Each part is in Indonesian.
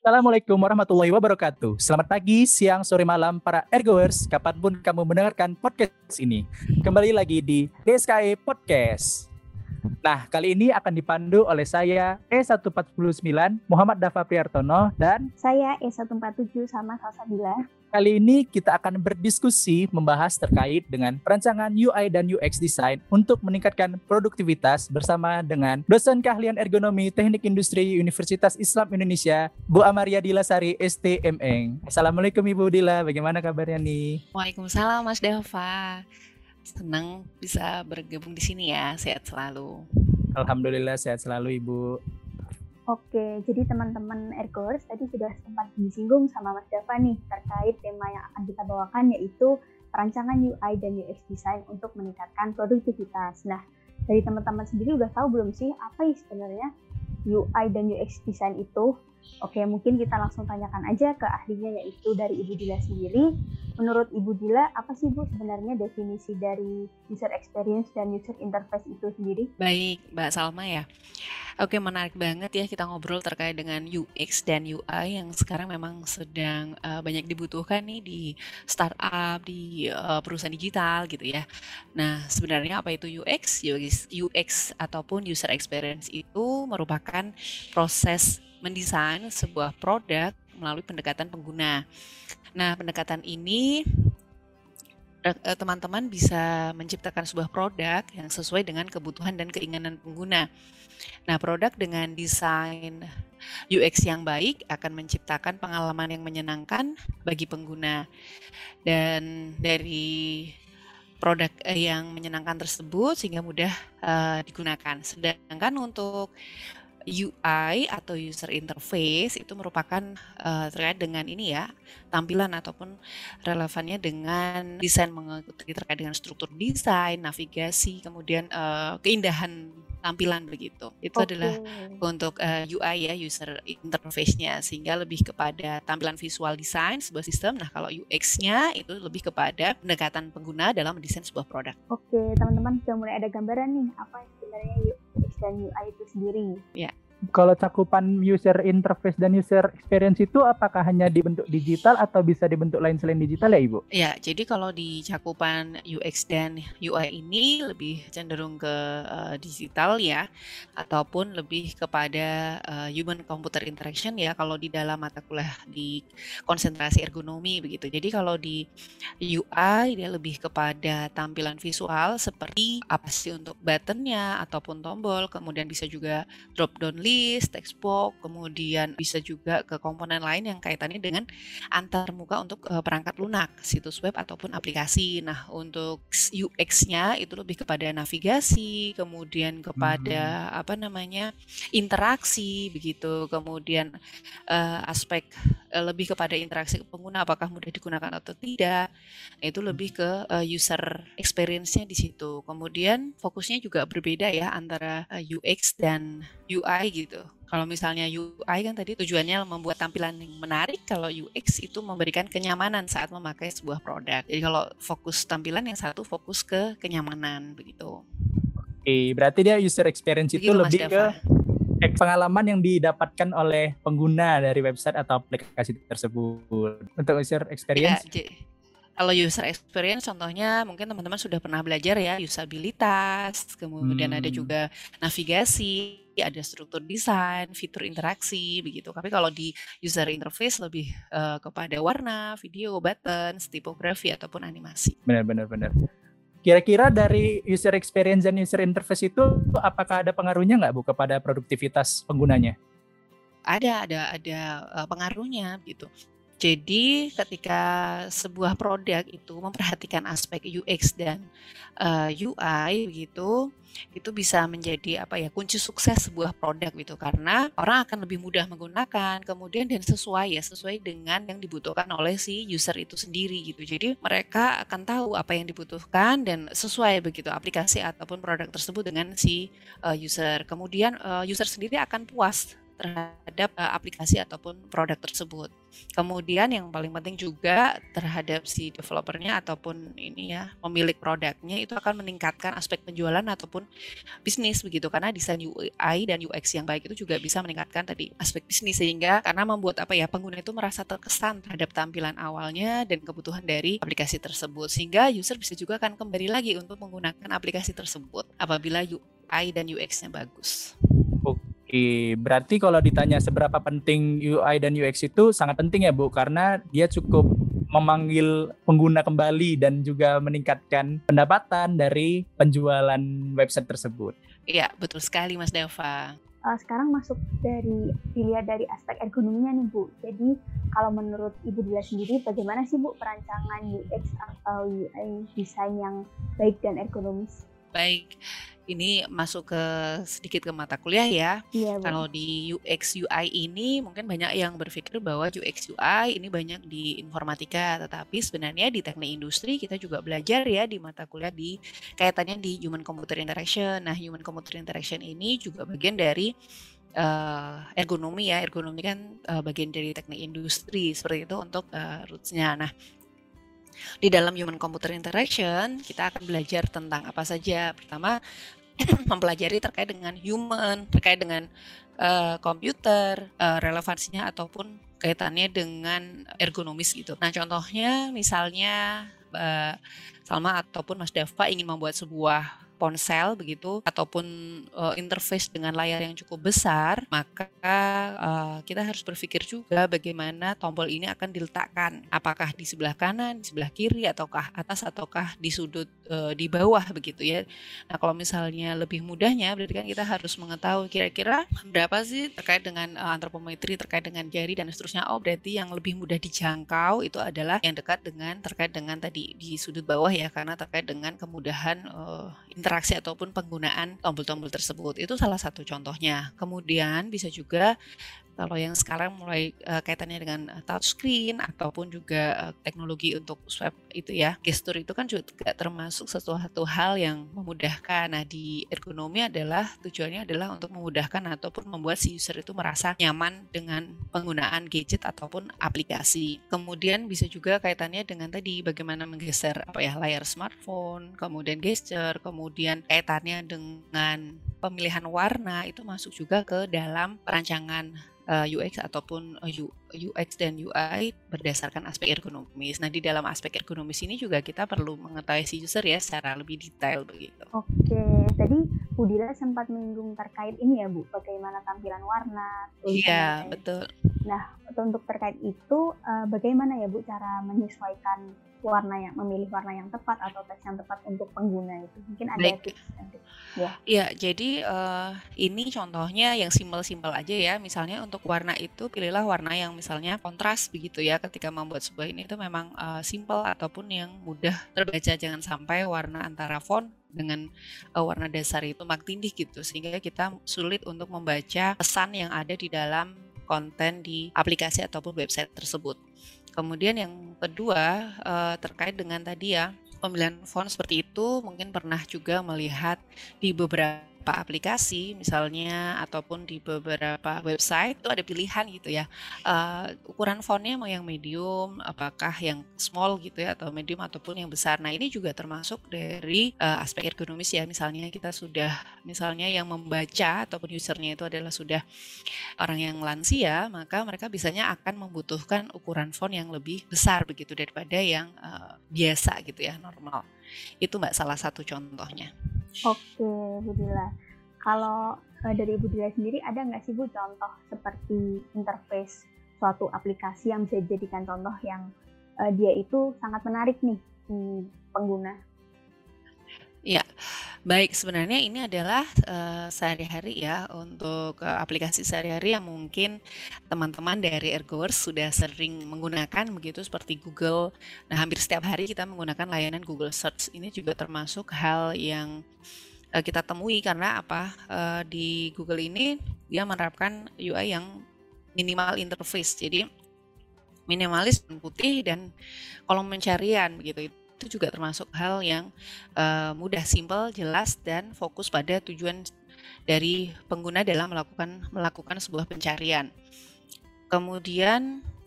Assalamualaikum warahmatullahi wabarakatuh. Selamat pagi, siang, sore, malam para ergoers, kapanpun kamu mendengarkan podcast ini. Kembali lagi di DSKE Podcast. Nah, kali ini akan dipandu oleh saya E149 Muhammad Dafa Priartono dan saya E147 sama Salsabila. Kali ini kita akan berdiskusi membahas terkait dengan perancangan UI dan UX design untuk meningkatkan produktivitas bersama dengan dosen keahlian ergonomi Teknik Industri Universitas Islam Indonesia, Bu Amaria Dilasari STMeng. Assalamualaikum Ibu Dila, bagaimana kabarnya nih? Waalaikumsalam Mas Dava. Senang bisa bergabung di sini ya, sehat selalu. Alhamdulillah sehat selalu Ibu. Oke, jadi teman-teman ergoers tadi sudah sempat disinggung sama Mas Dava nih terkait tema yang akan kita bawakan, yaitu perancangan UI dan UX design untuk meningkatkan produktivitas. Nah, dari teman-teman sendiri udah tahu belum sih apa sebenarnya UI dan UX design itu? Oke, mungkin kita langsung tanyakan aja ke ahlinya, yaitu dari Ibu Dila sendiri. Menurut Ibu Dila, apa sih Bu sebenarnya definisi dari user experience dan user interface itu sendiri? Baik, Mbak Salma ya. Oke, menarik banget ya kita ngobrol terkait dengan UX dan UI yang sekarang memang sedang banyak dibutuhkan nih di startup, di perusahaan digital gitu ya. Nah, sebenarnya apa itu UX? UX ataupun user experience itu merupakan proses mendesain sebuah produk melalui pendekatan pengguna. Nah, pendekatan ini teman-teman bisa menciptakan sebuah produk yang sesuai dengan kebutuhan dan keinginan pengguna. Nah, produk dengan desain UX yang baik akan menciptakan pengalaman yang menyenangkan bagi pengguna. Dan dari produk yang menyenangkan tersebut sehingga mudah digunakan. Sedangkan untuk UI atau user interface itu merupakan terkait dengan ini ya, tampilan ataupun relevannya dengan desain, mengikuti terkait dengan struktur desain, navigasi, kemudian keindahan tampilan begitu. Itu adalah untuk UI ya, user interface-nya, sehingga lebih kepada tampilan visual design sebuah sistem. Nah, kalau UX-nya itu lebih kepada pendekatan pengguna dalam mendesain sebuah produk. Oke, teman-teman sudah mulai ada gambaran nih apa sebenarnya UX dan UI itu sendiri. Ya. Kalau cakupan user interface dan user experience itu apakah hanya dibentuk digital atau bisa dibentuk lain selain digital ya Ibu? Ya, jadi kalau di cakupan UX dan UI ini lebih cenderung ke digital ya, ataupun lebih kepada human computer interaction ya kalau di dalam mata kuliah di konsentrasi ergonomi begitu. Jadi kalau di UI dia lebih kepada tampilan visual seperti apa sih untuk buttonnya ataupun tombol, kemudian bisa juga drop down list, text box, kemudian bisa juga ke komponen lain yang kaitannya dengan antarmuka untuk perangkat lunak, situs web ataupun aplikasi. Nah, untuk UX-nya itu lebih kepada navigasi, kemudian kepada interaksi begitu, kemudian aspek lebih kepada interaksi pengguna, apakah mudah digunakan atau tidak. Nah, itu lebih ke user experience-nya di situ. Kemudian fokusnya juga berbeda ya antara UX dan UI gitu. Kalau misalnya UI kan tadi tujuannya membuat tampilan yang menarik, kalau UX itu memberikan kenyamanan saat memakai sebuah produk. Jadi kalau fokus tampilan, yang satu fokus ke kenyamanan begitu. Oke, berarti dia user experience begitu, itu lebih ke pengalaman yang didapatkan oleh pengguna dari website atau aplikasi tersebut. Untuk user experience? Ya, kalau user experience contohnya mungkin teman-teman sudah pernah belajar ya, usabilitas, kemudian ada juga navigasi, ada struktur desain, fitur interaksi begitu. Tapi kalau di user interface lebih kepada warna, video, button, tipografi ataupun animasi. Benar. Kira-kira dari user experience dan user interface itu apakah ada pengaruhnya nggak Bu kepada produktivitas penggunanya? Ada pengaruhnya gitu. Jadi ketika sebuah produk itu memperhatikan aspek UX dan UI begitu, itu bisa menjadi kunci sukses sebuah produk gitu, karena orang akan lebih mudah menggunakan, kemudian dan sesuai dengan yang dibutuhkan oleh si user itu sendiri gitu. Jadi mereka akan tahu apa yang dibutuhkan dan sesuai begitu aplikasi ataupun produk tersebut dengan si user. Kemudian user sendiri akan puas terhadap aplikasi ataupun produk tersebut. Kemudian yang paling penting juga terhadap si developernya ataupun ini ya pemilik produknya itu akan meningkatkan aspek penjualan ataupun bisnis begitu, karena desain UI dan UX yang baik itu juga bisa meningkatkan tadi aspek bisnis, sehingga karena membuat pengguna itu merasa terkesan terhadap tampilan awalnya dan kebutuhan dari aplikasi tersebut, sehingga user bisa juga akan kembali lagi untuk menggunakan aplikasi tersebut apabila UI dan UX-nya bagus. Oke, berarti kalau ditanya seberapa penting UI dan UX itu sangat penting ya Bu, karena dia cukup memanggil pengguna kembali dan juga meningkatkan pendapatan dari penjualan website tersebut. Iya, betul sekali Mas Dava. Sekarang masuk dilihat dari aspek ergonominya nih Bu. Jadi kalau menurut Ibu Dila sendiri, bagaimana sih Bu perancangan UX atau UI desain yang baik dan ergonomis? Baik, ini masuk sedikit ke mata kuliah ya. Iya, Bu. Kalau di UX UI ini mungkin banyak yang berpikir bahwa UX UI ini banyak di informatika, tetapi sebenarnya di teknik industri kita juga belajar ya di mata kuliah di kaitannya di human computer interaction. Nah, human computer interaction ini juga bagian dari ergonomi ya. Ergonomi kan bagian dari teknik industri seperti itu untuk roots-nya. Nah, di dalam human computer interaction kita akan belajar tentang apa saja. Pertama, mempelajari terkait dengan human, terkait dengan komputer, relevansinya ataupun kaitannya dengan ergonomis gitu. Nah, contohnya misalnya Salma ataupun Mas Dava ingin membuat sebuah ponsel begitu ataupun interface dengan layar yang cukup besar, maka kita harus berpikir juga bagaimana tombol ini akan diletakkan, apakah di sebelah kanan, di sebelah kiri, ataukah atas, ataukah di sudut di bawah begitu ya. Nah, kalau misalnya lebih mudahnya berarti kan kita harus mengetahui kira-kira berapa sih terkait dengan antropometri, terkait dengan jari dan seterusnya. Oh, berarti yang lebih mudah dijangkau itu adalah yang dekat dengan terkait dengan tadi di sudut bawah ya, karena terkait dengan kemudahan interaksi ataupun penggunaan tombol-tombol tersebut. Itu salah satu contohnya. Kemudian bisa juga kalau yang sekarang mulai kaitannya dengan touchscreen ataupun juga teknologi untuk swipe itu ya, gestur itu kan juga termasuk sesuatu hal yang memudahkan. Nah, di ergonomi adalah tujuannya adalah untuk memudahkan ataupun membuat si user itu merasa nyaman dengan penggunaan gadget ataupun aplikasi. Kemudian bisa juga kaitannya dengan tadi bagaimana menggeser layar smartphone, kemudian gesture, kemudian kaitannya dengan pemilihan warna itu masuk juga ke dalam perancangan UX ataupun UX dan UI berdasarkan aspek ergonomis. Nah, di dalam aspek ergonomis ini juga kita perlu mengetahui si user ya secara lebih detail begitu. Oke, tadi Bu Dila sempat menyinggung terkait ini ya Bu, bagaimana tampilan warna. Iya, betul. Nah, untuk terkait itu bagaimana ya Bu cara menyesuaikan memilih warna yang tepat atau teks yang tepat untuk pengguna itu? Mungkin ada tips nanti. Ya, jadi ini contohnya yang simpel-simpel aja ya. Misalnya untuk warna itu pilihlah warna yang misalnya kontras begitu ya. Ketika membuat sebuah ini itu memang simpel ataupun yang mudah terbaca. Jangan sampai warna antara font dengan warna dasar itu tindih gitu, sehingga kita sulit untuk membaca pesan yang ada di dalam konten di aplikasi ataupun website tersebut. Kemudian yang kedua terkait dengan tadi ya pemilihan font seperti itu, mungkin pernah juga melihat di beberapa aplikasi misalnya ataupun di beberapa website itu ada pilihan gitu ya, ukuran fontnya mau yang medium, apakah yang small gitu ya, atau medium ataupun yang besar. Nah, ini juga termasuk dari aspek ergonomis ya. Misalnya kita sudah yang membaca ataupun usernya itu adalah sudah orang yang lansia, maka mereka biasanya akan membutuhkan ukuran font yang lebih besar begitu daripada yang biasa gitu ya, normal. Itu Mbak salah satu contohnya. Oke, Bu Dila. Kalau dari Bu Dila sendiri ada nggak sih Bu contoh seperti interface suatu aplikasi yang bisa dijadikan contoh yang dia itu sangat menarik nih di pengguna? Ya, baik, sebenarnya ini adalah sehari-hari ya, untuk aplikasi sehari-hari yang mungkin teman-teman dari Ergoers sudah sering menggunakan begitu, seperti Google. Nah, hampir setiap hari kita menggunakan layanan Google Search. Ini juga termasuk hal yang kita temui karena di Google ini dia menerapkan UI yang minimal interface. Jadi minimalis dan putih dan kolom pencarian begitu. Itu juga termasuk hal yang mudah, simpel, jelas, dan fokus pada tujuan dari pengguna dalam melakukan sebuah pencarian. Kemudian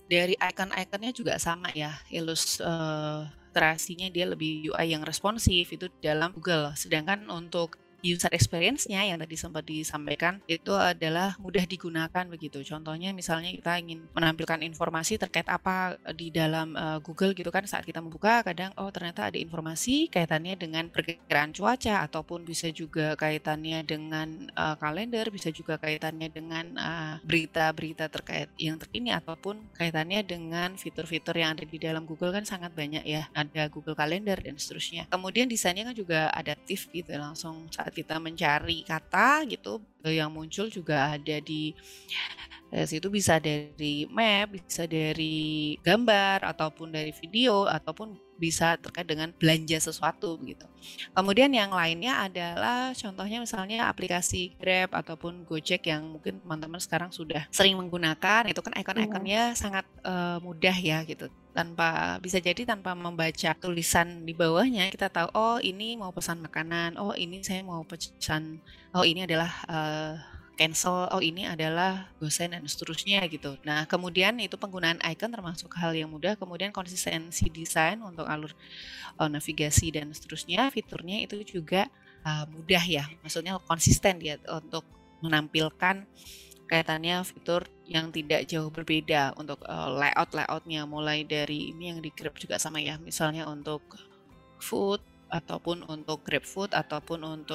Dari icon-iconnya juga sama ya, ilustrasinya dia lebih UI yang responsif itu dalam Google. Sedangkan untuk user experience-nya yang tadi sempat disampaikan itu adalah mudah digunakan begitu. Contohnya misalnya kita ingin menampilkan informasi terkait apa di dalam Google gitu kan, saat kita membuka kadang ternyata ada informasi kaitannya dengan perkiraan cuaca, ataupun bisa juga kaitannya dengan kalender, bisa juga kaitannya dengan berita-berita terkait yang terkini, ataupun kaitannya dengan fitur-fitur yang ada di dalam Google kan sangat banyak ya. Ada Google Calendar dan seterusnya. Kemudian desainnya kan juga adaptif gitu, langsung saat kita mencari kata gitu yang muncul juga ada di situ, bisa dari map, bisa dari gambar, ataupun dari video, ataupun bisa terkait dengan belanja sesuatu gitu. Kemudian yang lainnya adalah contohnya misalnya aplikasi Grab ataupun Gojek yang mungkin teman-teman sekarang sudah sering menggunakan, itu kan icon-iconnya sangat mudah ya gitu. Bisa jadi tanpa membaca tulisan di bawahnya kita tahu ini mau pesan makanan, ini saya mau pesan, ini adalah cancel, ini adalah gosen dan seterusnya gitu. Nah kemudian itu penggunaan icon termasuk hal yang mudah. Kemudian konsistensi desain untuk alur navigasi dan seterusnya, fiturnya itu juga mudah ya, maksudnya konsisten ya untuk menampilkan kaitannya fitur yang tidak jauh berbeda untuk layout-layoutnya, mulai dari ini yang di Grab juga sama ya, misalnya untuk food ataupun untuk Grab Food ataupun untuk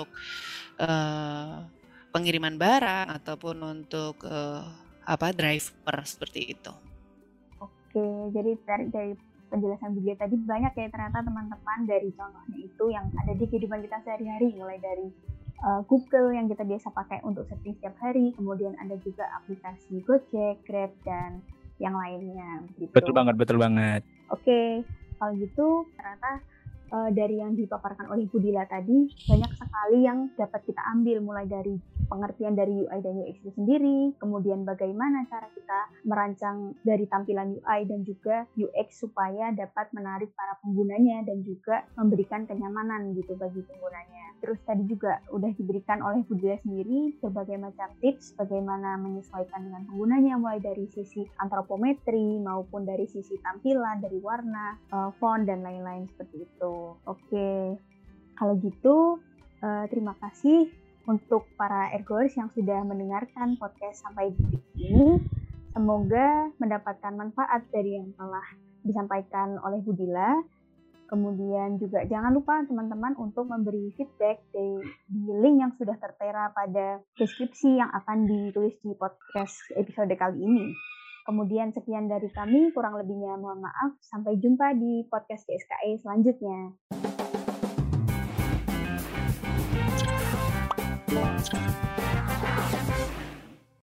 pengiriman barang ataupun untuk driver seperti itu. Oke, jadi dari penjelasan Budia tadi banyak ya ternyata teman-teman, dari contohnya itu yang ada di kehidupan kita sehari-hari, mulai dari Google yang kita biasa pakai untuk searching setiap hari, kemudian ada juga aplikasi Gojek, Grab, dan yang lainnya. Gitu. Betul banget. Oke, kalau gitu ternyata dari yang dipaparkan oleh Budila tadi banyak sekali yang dapat kita ambil, mulai dari pengertian dari UI dan UX itu sendiri, kemudian bagaimana cara kita merancang dari tampilan UI dan juga UX supaya dapat menarik para penggunanya dan juga memberikan kenyamanan gitu bagi penggunanya. Terus tadi juga udah diberikan oleh Budila sendiri berbagai macam tips bagaimana menyesuaikan dengan penggunanya, mulai dari sisi antropometri maupun dari sisi tampilan, dari warna, font, dan lain-lain seperti itu. Oke, kalau gitu terima kasih untuk para ergors yang sudah mendengarkan podcast sampai detik ini. Semoga mendapatkan manfaat dari yang telah disampaikan oleh Budila. Kemudian juga jangan lupa teman-teman untuk memberi feedback di link yang sudah tertera pada deskripsi yang akan ditulis di podcast episode kali ini. Kemudian sekian dari kami, kurang lebihnya mohon maaf. Sampai jumpa di podcast GSKE selanjutnya.